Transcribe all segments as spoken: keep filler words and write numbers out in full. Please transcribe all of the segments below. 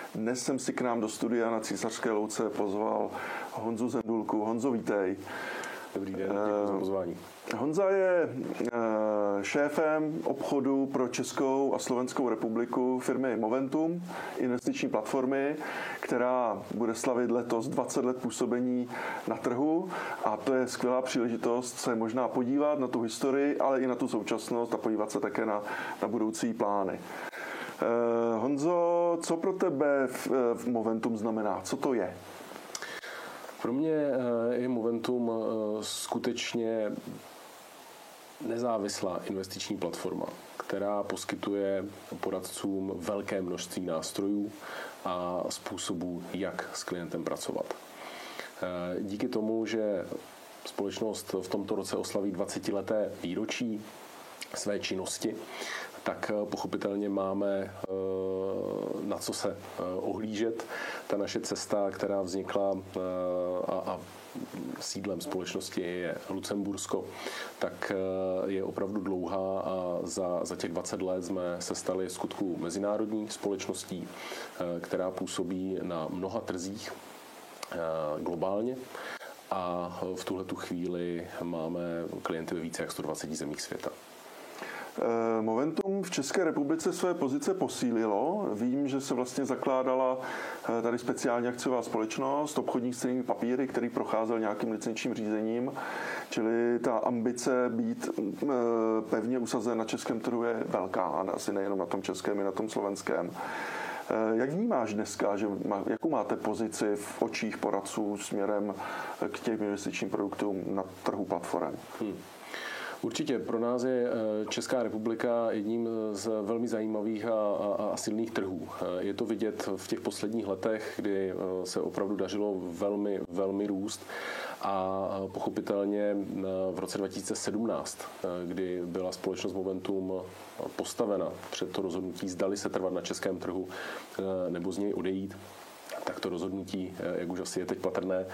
Dnes jsem si k nám do studia na Císařské louce pozval Honzu Zendulku. Honzo, vítej. Dobrý den, děkuji za pozvání. Honza je šéfem obchodu pro Českou a Slovenskou republiku firmy Moventum, investiční platformy, která bude slavit letos dvacet let působení na trhu, a to je skvělá příležitost se možná podívat na tu historii, ale i na tu současnost a podívat se také na, na budoucí plány. Honzo, co pro tebe v, v Moventum znamená? Co to je? Pro mě je Moventum skutečně nezávislá investiční platforma, která poskytuje poradcům velké množství nástrojů a způsobů, jak s klientem pracovat. Díky tomu, že společnost v tomto roce oslaví dvacetileté výročí své činnosti, tak pochopitelně máme na co se ohlížet. Ta naše cesta, která vznikla a, a sídlem společnosti je Lucembursko, tak je opravdu dlouhá a za, za těch dvacet let jsme se stali skutku mezinárodní společností, která působí na mnoha trzích globálně. A v tuhletu chvíli máme klienty ve více jak sto dvaceti zemích světa. Moventum v České republice své pozice posílilo. Vím, že se vlastně zakládala tady speciální akciová společnost, obchodník s cennými papíry, který procházel nějakým licenčním řízením, čili ta ambice být pevně usazen na českém trhu je velká, asi nejenom na tom českém, i na tom slovenském. Jak vnímáš dneska, že má, jakou máte pozici v očích poradců směrem k těm investičním produktům na trhu platform? Hmm. Určitě pro nás je Česká republika jedním z velmi zajímavých a, a, a silných trhů. Je to vidět v těch posledních letech, kdy se opravdu dařilo velmi, velmi růst. A pochopitelně v roce dva tisíce sedmnáct, kdy byla společnost Moventum postavena před to rozhodnutí, zdali se trvat na českém trhu nebo z něj odejít, tak to rozhodnutí, jak už asi je teď patrné,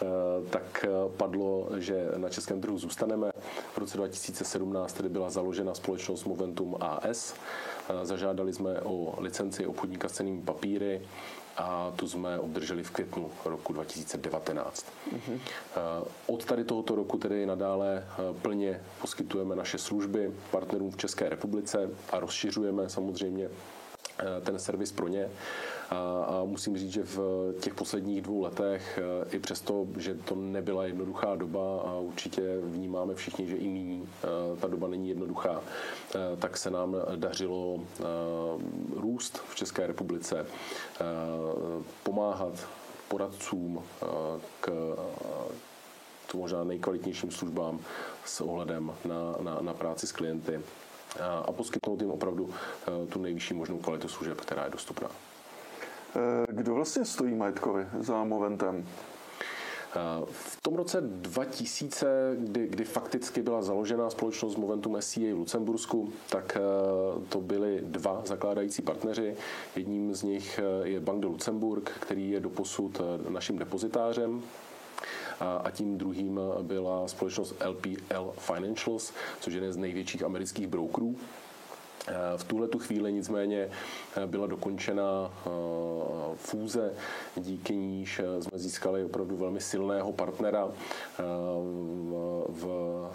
tak padlo, že na českém trhu zůstaneme. V roce dva tisíce sedmnáct tedy byla založena společnost Moventum A S. Zažádali jsme o licenci obchodníka s cennými papíry a tu jsme obdrželi v květnu roku dva tisíce devatenáct. Mm-hmm. Od tady tohoto roku tedy nadále plně poskytujeme naše služby partnerům v České republice a rozšiřujeme samozřejmě ten servis pro ně. A, a musím říct, že v těch posledních dvou letech, i přesto, že to nebyla jednoduchá doba a určitě vnímáme všichni, že i nyní ta doba není jednoduchá, tak se nám dařilo růst v České republice, pomáhat poradcům k možná nejkvalitnějším službám s ohledem na, na, na práci s klienty a poskytnout jim opravdu tu nejvyšší možnou kvalitu služeb, která je dostupná. Kdo vlastně stojí majetkově za Moventem? V tom roce dva tisíce, kdy, kdy fakticky byla založena společnost Moventum S C A v Lucembursku, tak to byli dva zakládající partneři. Jedním z nich je Bank de Luxemburg, který je doposud naším depozitářem. A tím druhým byla společnost L P L Financials, což je jeden z největších amerických brokerů. V tuhletu chvíli nicméně byla dokončena fúze, díky níž jsme získali opravdu velmi silného partnera v, v,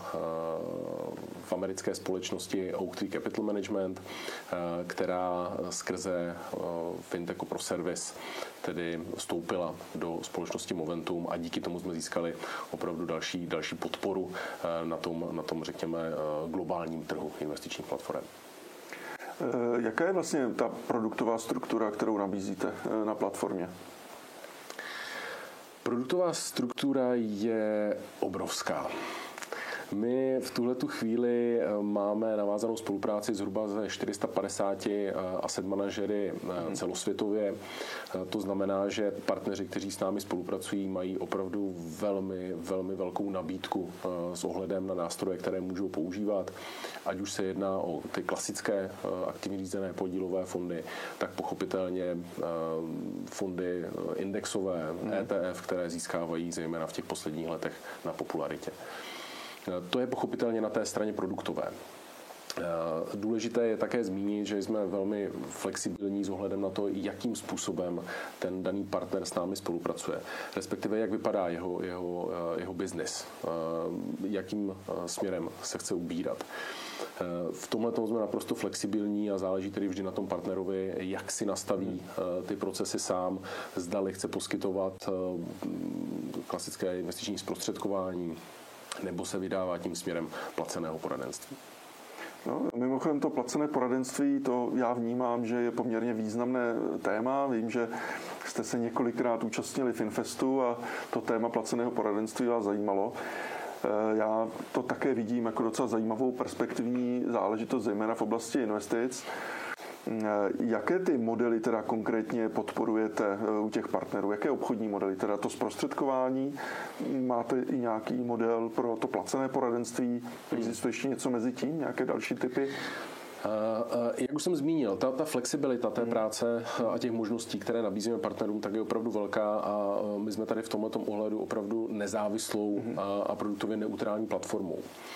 v americké společnosti Oak Tree Capital Management, která skrze Fintechu Pro Service tedy vstoupila do společnosti Moventum a díky tomu jsme získali opravdu další, další podporu na tom, na tom, řekněme, globálním trhu investičních platform. Jaká je vlastně ta produktová struktura, kterou nabízíte na platformě? Produktová struktura je obrovská. My v tuhletu chvíli máme navázanou spolupráci zhruba ze čtyři sta padesáti asset manažery celosvětově. To znamená, že partneři, kteří s námi spolupracují, mají opravdu velmi, velmi velkou nabídku s ohledem na nástroje, které můžou používat. Ať už se jedná o ty klasické aktivně řízené podílové fondy, tak pochopitelně fondy indexové, E T F, které získávají zejména v těch posledních letech na popularitě. To je pochopitelně na té straně produktové. Důležité je také zmínit, že jsme velmi flexibilní s ohledem na to, jakým způsobem ten daný partner s námi spolupracuje. Respektive, jak vypadá jeho, jeho, jeho biznis, jakým směrem se chce ubírat. V tomhle tomu jsme naprosto flexibilní a záleží tedy vždy na tom partnerovi, jak si nastaví ty procesy sám, zdali chce poskytovat klasické investiční zprostředkování, nebo se vydává tím směrem placeného poradenství. No, mimochodem to placené poradenství, to já vnímám, že je poměrně významné téma. Vím, že jste se několikrát účastnili v Infestu a to téma placeného poradenství vás zajímalo. Já to také vidím jako docela zajímavou perspektivní záležitost, zejména v oblasti investic. Jaké ty modely teda konkrétně podporujete u těch partnerů? Jaké obchodní modely? Teda to zprostředkování? Máte i nějaký model pro to placené poradenství? Existuje ještě něco mezi tím? Nějaké další typy? Jak už jsem zmínil, ta, ta flexibilita té práce a těch možností, které nabízíme partnerům, tak je opravdu velká a my jsme tady v tomto ohledu opravdu nezávislou a, a produktově neutrální platformou.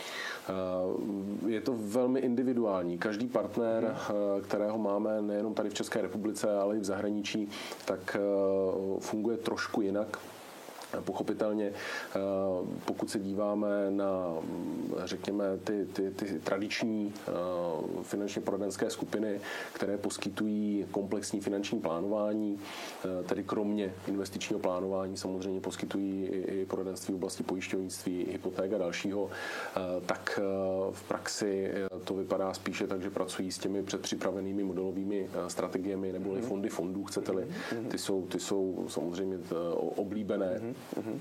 Je to velmi individuální. Každý partner, kterého máme nejenom tady v České republice, ale i v zahraničí, tak funguje trošku jinak. Pochopitelně, pokud se díváme na, řekněme, ty, ty, ty tradiční finančně poradenské skupiny, které poskytují komplexní finanční plánování, tedy kromě investičního plánování samozřejmě poskytují i poradenství v oblasti pojišťovnictví, hypoték a dalšího, tak v praxi to vypadá spíše tak, že pracují s těmi předpřipravenými modelovými strategiemi nebo fondy fondů, chcete-li. Ty jsou, ty jsou samozřejmě oblíbené. Uhum.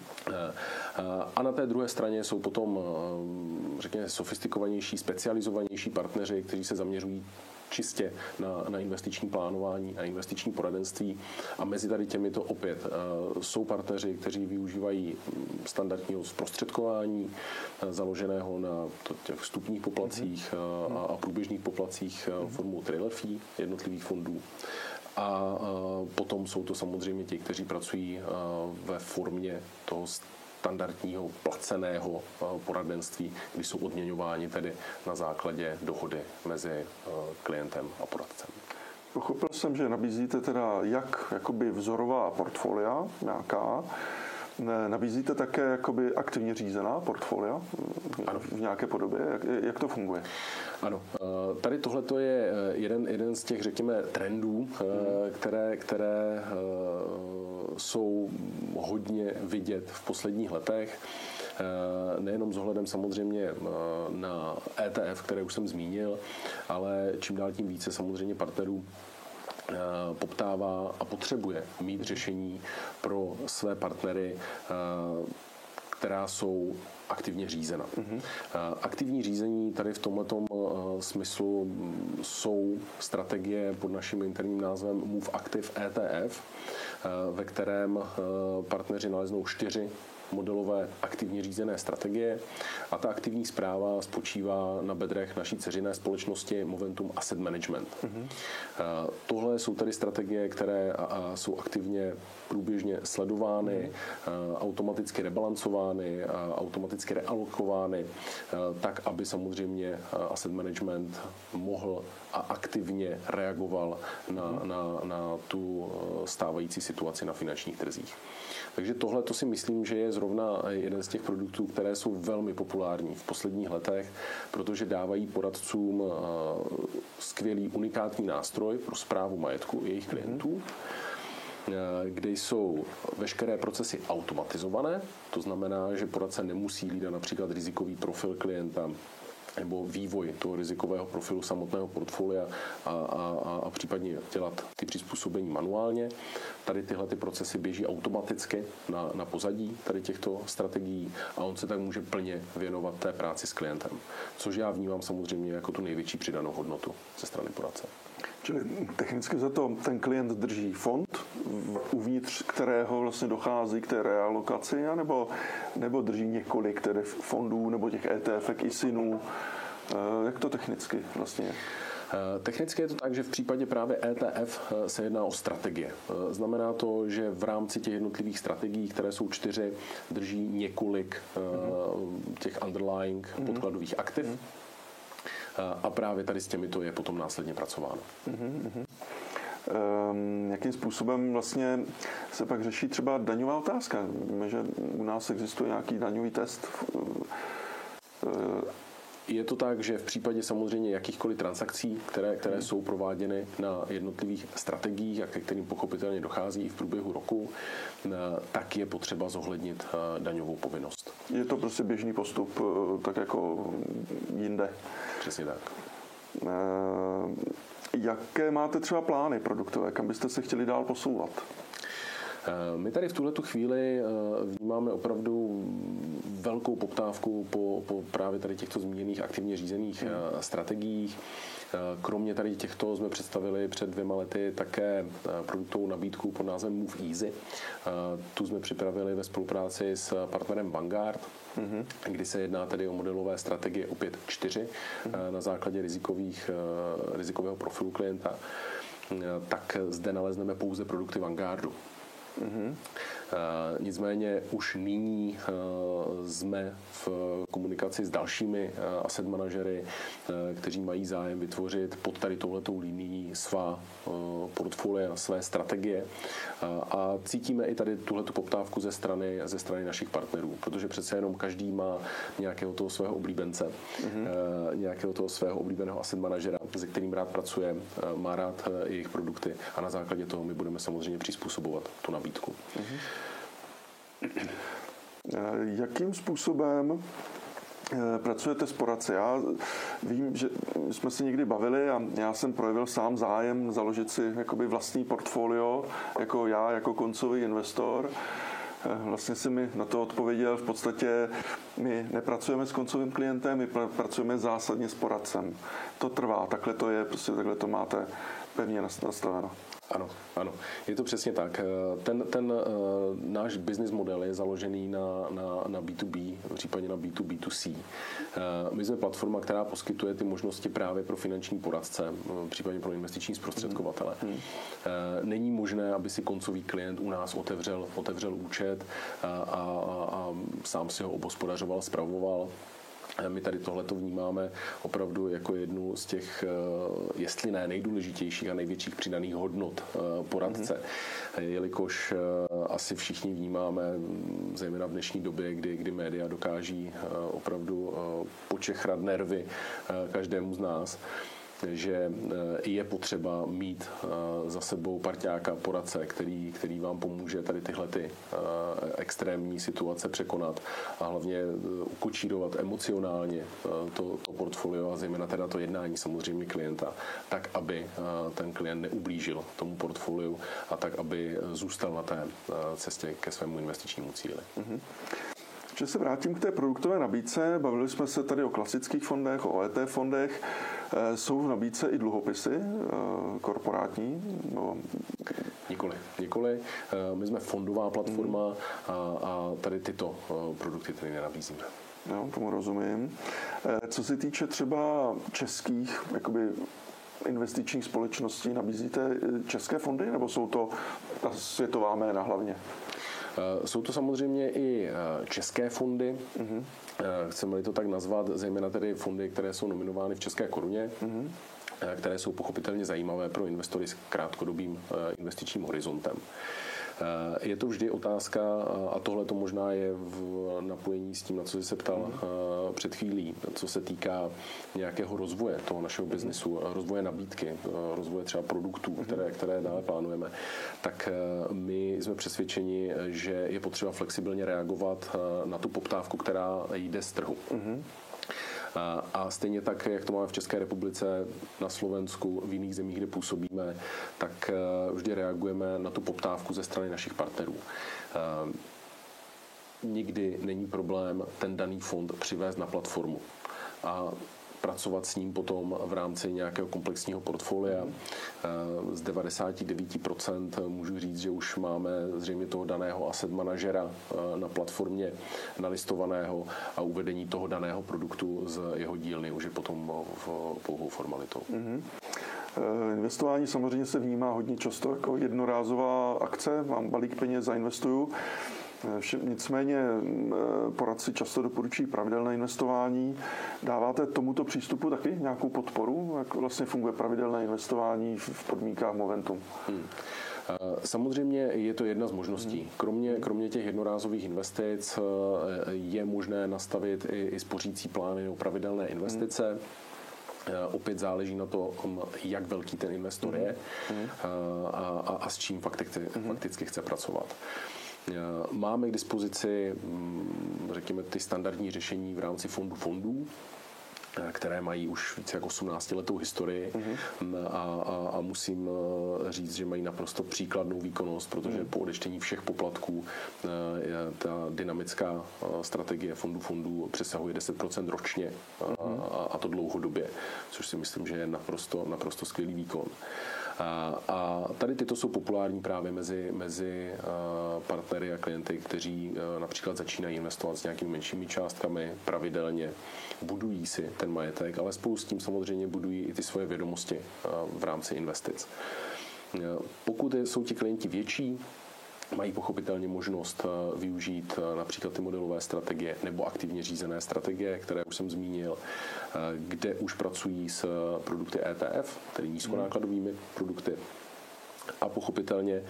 A na té druhé straně jsou potom, řekněme, sofistikovanější, specializovanější partneři, kteří se zaměřují čistě na, na investiční plánování, na investiční poradenství. A mezi tady těmito opět uh, jsou partneři, kteří využívají standardního zprostředkování uh, založeného na to, těch vstupních poplacích uh, a, a průběžných poplacích uh, formou trailer fee jednotlivých fondů. A uh, potom jsou to samozřejmě ti, kteří pracují uh, ve formě toho standardního placeného poradenství, kdy jsou odměňováni tedy na základě dohody mezi klientem a poradcem. Pochopil jsem, že nabízíte teda jak jakoby vzorová portfolia nějaká, nabízíte také jakoby aktivně řízená portfolia ano. v nějaké podobě. Jak, jak to funguje? Ano. Tady tohle je jeden, jeden z těch, řekněme, trendů, hmm. které, které jsou hodně vidět v posledních letech. Nejenom s ohledem samozřejmě na E T F, které už jsem zmínil, ale čím dál tím více samozřejmě partnerů poptává a potřebuje mít řešení pro své partnery, která jsou aktivně řízena. Mm-hmm. Aktivní řízení tady v tomhletom smyslu jsou strategie pod naším interním názvem Move Active E T F, ve kterém partneři naleznou čtyři modelové aktivně řízené strategie a ta aktivní správa spočívá na bedrech naší dceřiné společnosti Momentum Asset Management. Mm-hmm. Tohle jsou tedy strategie, které a, a jsou aktivně průběžně sledovány, mm-hmm. automaticky rebalancovány, automaticky realokovány, tak, aby samozřejmě Asset Management mohl a aktivně reagoval na, mm-hmm. na, na tu stávající situaci na finančních trzích. Takže tohle to si myslím, že je zrovna jeden z těch produktů, které jsou velmi populární v posledních letech, protože dávají poradcům skvělý unikátní nástroj pro správu majetku jejich klientů, kde jsou veškeré procesy automatizované, to znamená, že poradce nemusí hlídat například rizikový profil klienta nebo vývoj toho rizikového profilu samotného portfolia a, a, a případně dělat ty přizpůsobení manuálně. Tady tyhle ty procesy běží automaticky na, na pozadí tady těchto strategií a on se tak může plně věnovat té práci s klientem, což já vnímám samozřejmě jako tu největší přidanou hodnotu ze strany poradce. Čili technicky za to ten klient drží fond, uvnitř kterého vlastně dochází k té realokaci, nebo, nebo drží několik tedy fondů nebo těch E T F, I S I Nů. Jak to technicky vlastně je? Technicky je to tak, že v případě právě E T F se jedná o strategie. Znamená to, že v rámci těch jednotlivých strategií, které jsou čtyři, drží několik mm-hmm. těch underlying mm-hmm. podkladových aktiv. Mm-hmm. a právě tady s těmito je potom následně pracováno. Mm-hmm. Um, jakým způsobem vlastně se pak řeší třeba daňová otázka? Víme, že u nás existuje nějaký daňový test. Je to tak, že v případě samozřejmě jakýchkoliv transakcí, které, které hmm. jsou prováděny na jednotlivých strategiích a ke kterým pochopitelně dochází i v průběhu roku, tak je potřeba zohlednit daňovou povinnost. Je to prostě běžný postup, tak jako jinde. Přesně tak. Jaké máte třeba plány produktové, kam byste se chtěli dál posouvat? My tady v tuhletu chvíli vnímáme opravdu velkou poptávku po, po právě tady těchto zmíněných aktivně řízených hmm. strategiích. Kromě tady těchto jsme představili před dvěma lety také produktovou nabídku pod názvem Move Easy. Tu jsme připravili ve spolupráci s partnerem Vanguard, mm-hmm. kdy se jedná tedy o modelové strategie opět čtyři mm-hmm. na základě rizikových, rizikového profilu klienta. Tak zde nalezneme pouze produkty Vanguardu. Mm-hmm. Nicméně už nyní jsme v komunikaci s dalšími asset manažery, kteří mají zájem vytvořit pod tady touhletou linií svá portfolia, své strategie a cítíme i tady tuhletu poptávku ze strany, ze strany našich partnerů, protože přece jenom každý má nějakého toho svého oblíbence, mm-hmm. nějakého toho svého oblíbeného asset manažera, se kterým rád pracuje, má rád jejich produkty a na základě toho my budeme samozřejmě přizpůsobovat tu nabídku. Mm-hmm. Jakým způsobem pracujete s poradci? Já vím, že jsme se někdy bavili a já jsem projevil sám zájem založit si jakoby vlastní portfolio, jako já, jako koncový investor. Vlastně si mi na to odpověděl, v podstatě my nepracujeme s koncovým klientem, my pracujeme zásadně s poradcem. To trvá, takhle to je, prostě takhle to máte pevně nastaveno. Ano, ano, je to přesně tak. Ten, ten uh, náš business model je založený na, na, na B dva B, případně na B dva B dva C. Uh, my jsme platforma, která poskytuje ty možnosti právě pro finanční poradce, případně pro investiční zprostředkovatele. Hmm. Uh, není možné, aby si koncový klient u nás otevřel, otevřel účet a, a, a sám si ho obhospodařoval, spravoval. My tady tohleto vnímáme opravdu jako jednu z těch, jestli ne nejdůležitějších a největších přidaných hodnot poradce. Mm-hmm. Jelikož asi všichni vnímáme, zejména v dnešní době, kdy, kdy média dokáží opravdu počechrat nervy každému z nás, že je potřeba mít za sebou parťáka, poradce, který, který vám pomůže tady tyhle ty extrémní situace překonat a hlavně ukočírovat emocionálně to, to portfolio a zejména teda to jednání samozřejmě klienta, tak, aby ten klient neublížil tomu portfoliu a tak, aby zůstal na té cestě ke svému investičnímu cíli. Mm-hmm. Že se vrátím k té produktové nabídce, bavili jsme se tady o klasických fondech, o E T fondech. Jsou v nabídce i dluhopisy korporátní? No. Nikoli, nikoli. My jsme fondová platforma hmm. a, a tady tyto produkty tady nenabízíme. Jo, tomu rozumím. Co se týče třeba českých jakoby investičních společností, nabízíte české fondy, nebo jsou to ta světová jména hlavně? Jsou to samozřejmě i české fondy, mm-hmm. chceme-li to tak nazvat, zejména tedy fondy, které jsou nominovány v české koruně, mm-hmm. které jsou pochopitelně zajímavé pro investory s krátkodobým investičním horizontem. Je to vždy otázka, a tohle to možná je v napojení s tím, na co jsi se ptal mm. před chvílí, co se týká nějakého rozvoje toho našeho biznesu, rozvoje nabídky, rozvoje třeba produktů, mm. které, které dále plánujeme, tak my jsme přesvědčeni, že je potřeba flexibilně reagovat na tu poptávku, která jde z trhu. Mm. A stejně tak, jak to máme v České republice, na Slovensku, v jiných zemích, kde působíme, tak vždy reagujeme na tu poptávku ze strany našich partnerů. Nikdy není problém ten daný fond přivést na platformu a pracovat s ním potom v rámci nějakého komplexního portfolia. Z devadesát devět procent můžu říct, že už máme zřejmě toho daného asset manažera na platformě nalistovaného a uvedení toho daného produktu z jeho dílny už je potom v pouhou formalitou. Mm-hmm. Investování samozřejmě se vnímá hodně často jako jednorázová akce. Mám balík peněz, zainvestuju. Nicméně poradci často doporučují pravidelné investování. Dáváte tomuto přístupu taky nějakou podporu? Jak vlastně funguje pravidelné investování v podmínkách Momentum? Hmm. Samozřejmě je to jedna z možností. Kromě, kromě těch jednorázových investic je možné nastavit i, i spořící plány o pravidelné investice. Opět záleží na to, jak velký ten investor je a, a, a s čím fakticky, fakticky chce pracovat. Máme k dispozici, řekněme, ty standardní řešení v rámci fondu fondů, které mají už více jak osmnáctiletou historii uh-huh. a, a, a musím říct, že mají naprosto příkladnou výkonnost, protože uh-huh. po odečtení všech poplatků ta dynamická strategie fondu fondů přesahuje deset procent ročně uh-huh. a, a to dlouhodobě, což si myslím, že je naprosto, naprosto skvělý výkon. A, a tady tyto jsou populární právě mezi, mezi partnery a klienty, kteří například začínají investovat s nějakými menšími částkami pravidelně, budují si ten majetek, ale spolu s tím samozřejmě budují i ty svoje vědomosti v rámci investic. Pokud jsou ti klienti větší, mají pochopitelně možnost využít například ty modelové strategie nebo aktivně řízené strategie, které už jsem zmínil, kde už pracují s produkty E T F, tedy nízkonákladovými produkty. A pochopitelně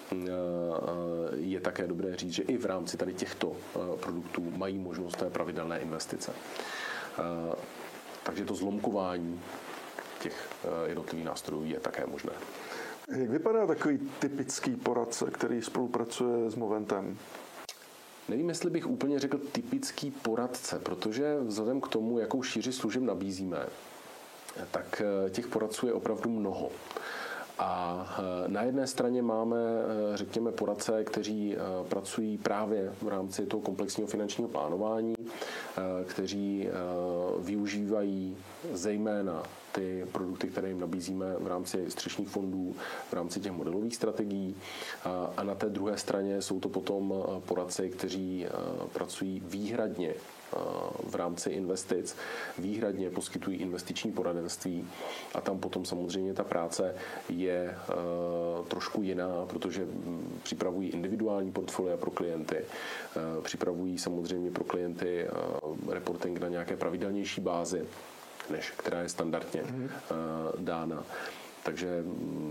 je také dobré říct, že i v rámci tady těchto produktů mají možnost té pravidelné investice. Takže to zlomkování těch jednotlivých nástrojů je také možné. Jak vypadá takový typický poradce, který spolupracuje s Momentem? Nevím, jestli bych úplně řekl typický poradce, protože vzhledem k tomu, jakou šíři služeb nabízíme, tak těch poradců je opravdu mnoho. A na jedné straně máme, řekněme, poradce, kteří pracují právě v rámci toho komplexního finančního plánování, kteří využívají zejména ty produkty, které jim nabízíme v rámci střešních fondů, v rámci těch modelových strategií. A na té druhé straně jsou to potom poradci, kteří pracují výhradně v rámci investic, výhradně poskytují investiční poradenství a tam potom samozřejmě ta práce je trošku jiná, protože připravují individuální portfolia pro klienty, připravují samozřejmě pro klienty reporting na nějaké pravidelnější bázi, než která je standardně mm. dána. Takže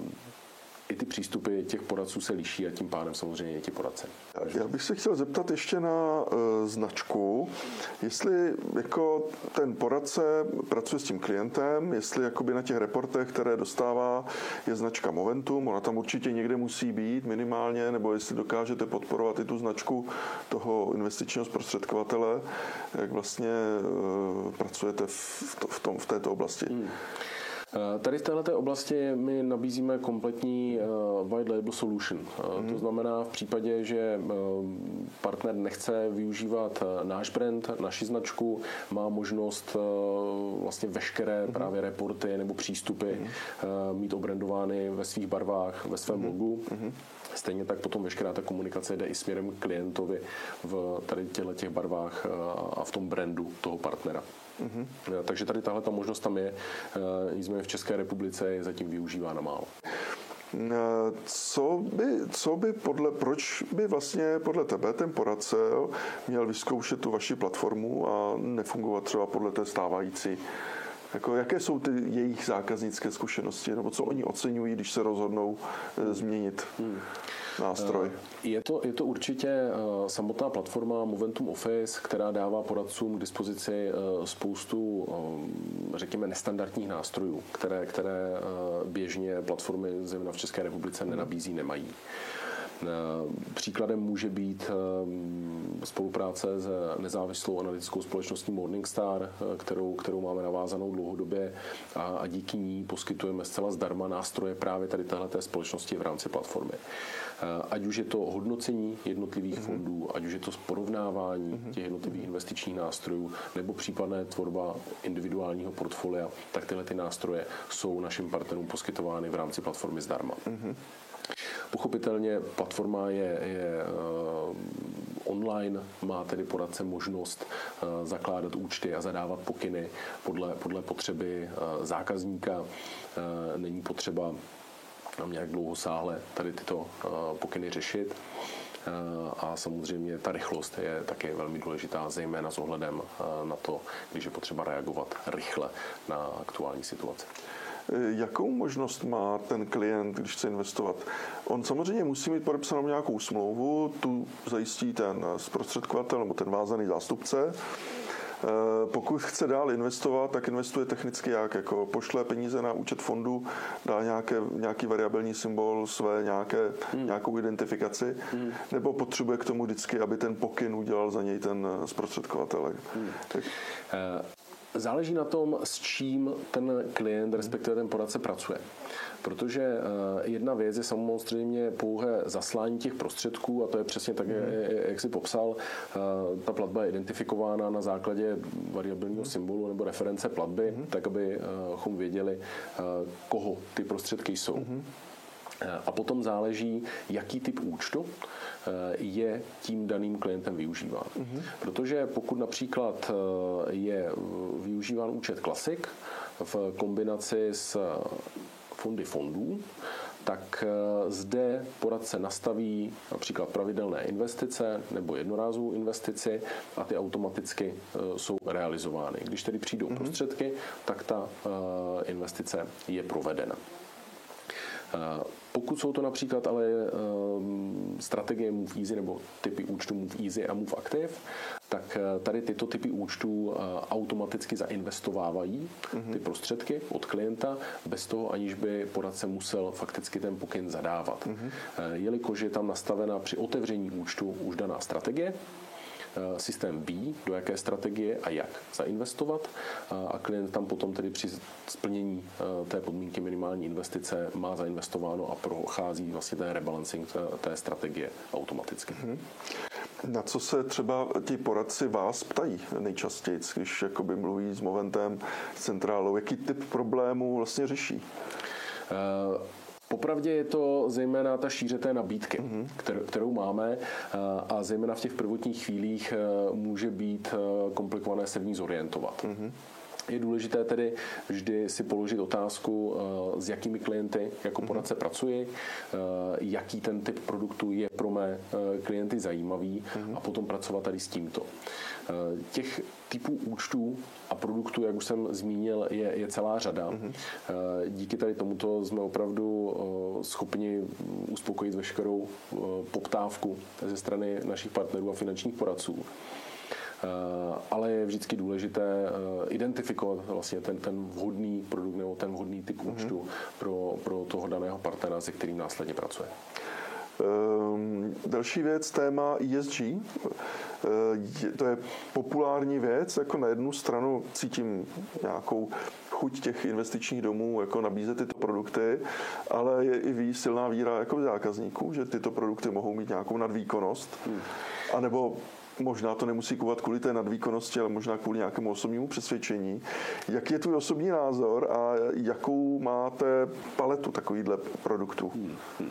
i ty přístupy těch poradců se liší a tím pádem samozřejmě i ti poradce. Já bych se chtěl zeptat ještě na uh, značku, jestli jako ten poradce pracuje s tím klientem, jestli jakoby na těch reportech, které dostává, je značka Momentum, ona tam určitě někde musí být minimálně, nebo jestli dokážete podporovat i tu značku toho investičního zprostředkovatele, jak vlastně uh, pracujete v, to, v, tom, v této oblasti. Hmm. Tady v této oblasti my nabízíme kompletní white label solution. Mm. To znamená v případě, že partner nechce využívat náš brand, naši značku, má možnost vlastně veškeré mm. právě reporty nebo přístupy mm. mít obrandovány ve svých barvách, ve svém mm. logu. Mm. Stejně tak potom veškerá ta komunikace jde i směrem k klientovi v tady těchto těch barvách a v tom brandu toho partnera. Mm-hmm. Takže tady tahle ta možnost tam je, nicméně v České republice je zatím využívána málo. Co by, co by podle, proč by vlastně podle tebe ten poradce měl vyzkoušet tu vaši platformu a nefungovat třeba podle té stávající? Jako, jaké jsou ty jejich zákaznické zkušenosti, nebo co oni oceňují, když se rozhodnou hmm. změnit hmm. nástroj? Je to, je to určitě samotná platforma Momentum Office, která dává poradcům k dispozici spoustu, řekněme, nestandardních nástrojů, které, které běžně platformy zejména v České republice nenabízí, nemají. Příkladem může být spolupráce s nezávislou analytickou společností Morningstar, kterou, kterou máme navázanou dlouhodobě a, a díky ní poskytujeme zcela zdarma nástroje právě tady téhleté společnosti v rámci platformy. Ať už je to hodnocení jednotlivých mm-hmm. fondů, ať už je to porovnávání mm-hmm. těch jednotlivých investičních nástrojů, nebo případné tvorba individuálního portfolia, tak tyhle ty nástroje jsou našim partnerům poskytovány v rámci platformy zdarma. Mm-hmm. Pochopitelně platforma je, je uh, online, má tedy poradce možnost uh, zakládat účty a zadávat pokyny podle, podle potřeby uh, zákazníka. Uh, není potřeba nějak dlouhosáhle tady tyto uh, pokyny řešit. a samozřejmě ta rychlost je také velmi důležitá, zejména s ohledem na to, když je potřeba reagovat rychle na aktuální situaci. Jakou možnost má ten klient, když chce investovat? On samozřejmě musí mít podepsanou nějakou smlouvu, tu zajistí ten zprostředkovatel nebo ten vázaný zástupce. Pokud chce dál investovat, tak investuje technicky jak? Jako pošle peníze na účet fondu, dá nějaké, nějaký variabilní symbol, své nějaké, hmm. nějakou identifikaci, hmm. nebo potřebuje k tomu vždycky, aby ten pokyn udělal za něj ten zprostředkovatel? Hmm. Tak... Uh... Záleží na tom, s čím ten klient, respektive ten poradce pracuje. Protože jedna věc je samozřejmě pouhé zaslání těch prostředků a to je přesně tak, jak si popsal. Ta platba je identifikována na základě variabilního symbolu nebo reference platby, tak abychom věděli, koho ty prostředky jsou. A potom záleží, jaký typ účtu je tím daným klientem využíván. Mm-hmm. Protože pokud například je využíván účet Classic v kombinaci s fondy fondů, tak zde poradce nastaví například pravidelné investice nebo jednorázovou investici a ty automaticky jsou realizovány. Když tedy přijdou mm-hmm. prostředky, tak ta investice je provedena. Pokud jsou to například ale strategie Move Easy nebo typy účtu Move Easy a Move Active, tak tady tyto typy účtů automaticky zainvestovávají ty prostředky od klienta bez toho, aniž by poradce musel fakticky ten pokyn zadávat. Jelikož je tam nastavena při otevření účtu už daná strategie, systém ví, do jaké strategie a jak zainvestovat a klient tam potom tedy při splnění té podmínky minimální investice má zainvestováno a prochází vlastně ten rebalancing té strategie automaticky. Na co se třeba ti poradci vás ptají nejčastěji, když jakoby mluví s Moventem, s centrálou, jaký typ problémů vlastně řeší? Uh, Popravdě je to zejména ta šíře té nabídky, mm-hmm. kterou máme a zejména v těch prvotních chvílích může být komplikované se v ní zorientovat. Mm-hmm. Je důležité tedy vždy si položit otázku, s jakými klienty jako poradce mm-hmm. pracuji, jaký ten typ produktu je pro mé klienty zajímavý mm-hmm. a potom pracovat tady s tímto. Těch typů účtů a produktů, jak už jsem zmínil, je, je celá řada. Mm-hmm. Díky tady tomuto jsme opravdu schopni uspokojit veškerou poptávku ze strany našich partnerů a finančních poradců. Ale je vždycky důležité identifikovat vlastně ten, ten vhodný produkt nebo ten vhodný typ mm-hmm. účtu pro, pro toho daného partnera, se kterým následně pracuje. Um, další věc, téma E S G. Uh, to je populární věc, jako na jednu stranu cítím nějakou chuť těch investičních domů jako nabízet tyto produkty, ale je i ví silná víra jako zákazníků, že tyto produkty mohou mít nějakou nadvýkonnost, hmm. anebo možná to nemusí kupovat kvůli té nadvýkonnosti, ale možná kvůli nějakému osobnímu přesvědčení. Jaký je tvůj osobní názor a jakou máte paletu takovýchhle produktů? Hmm. Hmm.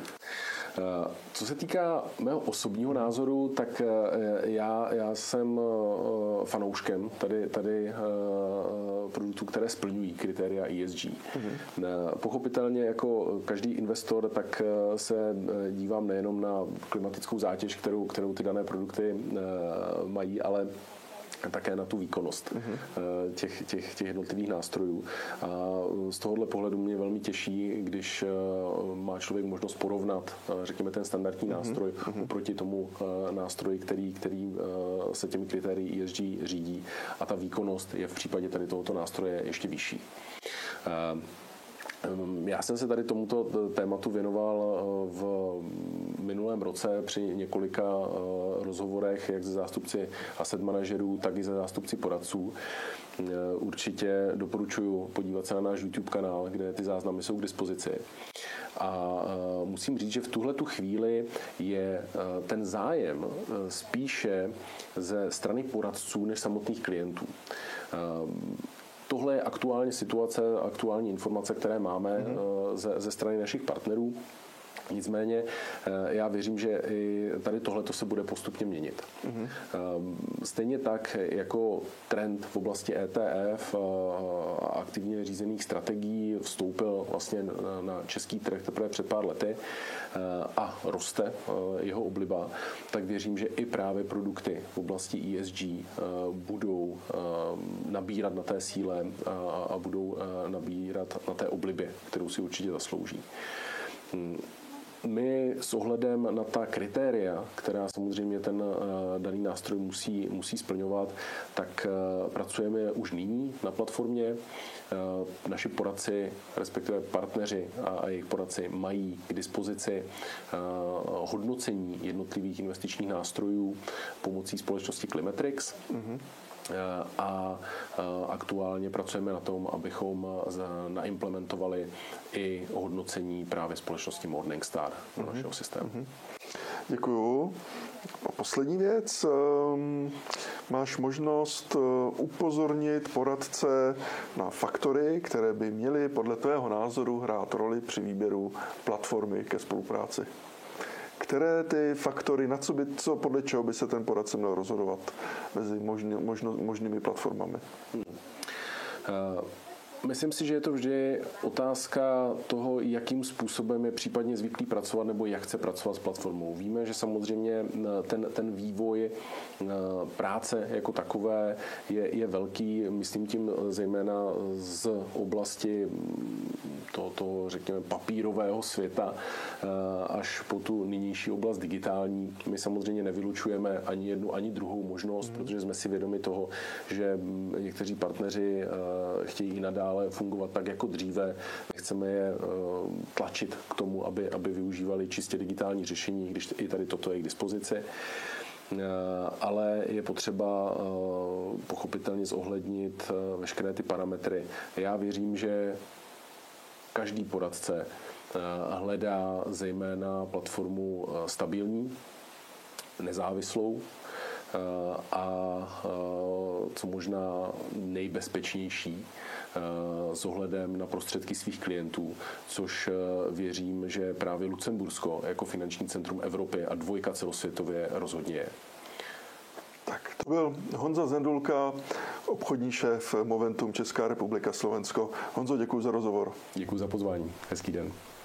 Co se týká mého osobního názoru, tak já, já jsem fanouškem tady, tady produktů, které splňují kritéria E S G. Mm-hmm. Pochopitelně jako každý investor, tak se dívám nejenom na klimatickou zátěž, kterou, kterou ty dané produkty mají, ale také na tu výkonnost uh-huh. těch, těch, těch jednotlivých nástrojů. A z tohohle pohledu mě velmi těší, když má člověk možnost porovnat, řekněme, ten standardní uh-huh. nástroj uh-huh. oproti tomu nástroji, který, který se těmi kritérii E S G řídí. A ta výkonnost je v případě tady tohoto nástroje ještě vyšší. Já jsem se tady tomuto tématu věnoval v minulém roce při několika rozhovorech, jak ze zástupci asset manažerů, tak i ze zástupci poradců. Určitě doporučuji podívat se na náš YouTube kanál, kde ty záznamy jsou k dispozici. A musím říct, že v tuhletu chvíli je ten zájem spíše ze strany poradců než samotných klientů. Tohle je aktuální situace, aktuální informace, které máme mm-hmm. ze, ze strany našich partnerů. Nicméně já věřím, že i tady tohleto se bude postupně měnit. Mm-hmm. Stejně tak jako trend v oblasti E T F a aktivně řízených strategií vstoupil vlastně na český trh teprve před pár lety a roste jeho obliba, tak věřím, že i právě produkty v oblasti E S G budou nabírat na té síle a budou nabírat na té oblibě, kterou si určitě zaslouží. My s ohledem na ta kritéria, která samozřejmě ten daný nástroj musí, musí splňovat, tak pracujeme už nyní na platformě. Naši poradci, respektive partneři a jejich poradci mají k dispozici hodnocení jednotlivých investičních nástrojů pomocí společnosti Klimetrix. Mm-hmm. A aktuálně pracujeme na tom, abychom naimplementovali i hodnocení právě společnosti Morningstar do našeho mm-hmm. systému. Děkuju. A poslední věc. Máš možnost upozornit poradce na faktory, které by měly podle tvého názoru hrát roli při výběru platformy ke spolupráci. Které ty faktory, na co, by, co podle čeho by se ten poradce měl rozhodovat mezi možný, možno, možnými platformami? Hmm. Uh. Myslím si, že je to vždy otázka toho, jakým způsobem je případně zvyklý pracovat nebo jak chce pracovat s platformou. Víme, že samozřejmě ten, ten vývoj práce jako takové je, je velký, myslím tím zejména z oblasti toho, toho, řekněme, papírového světa až po tu nynější oblast digitální. My samozřejmě nevylučujeme ani jednu, ani druhou možnost, mm. protože jsme si vědomi toho, že někteří partneři chtějí i nadále fungovat tak jako dříve. Chceme je tlačit k tomu, aby, aby využívali čistě digitální řešení, když i tady toto je k dispozici. Ale je potřeba pochopitelně zohlednit veškeré ty parametry. Já věřím, že každý poradce hledá zejména platformu stabilní, nezávislou a co možná nejbezpečnější s ohledem na prostředky svých klientů, což věřím, že právě Lucembursko jako finanční centrum Evropy a dvojka celosvětově rozhodně je. Tak to byl Honza Zendulka, obchodní šéf Moventum Česká republika Slovensko. Honzo, děkuji za rozhovor. Děkuji za pozvání. Hezký den.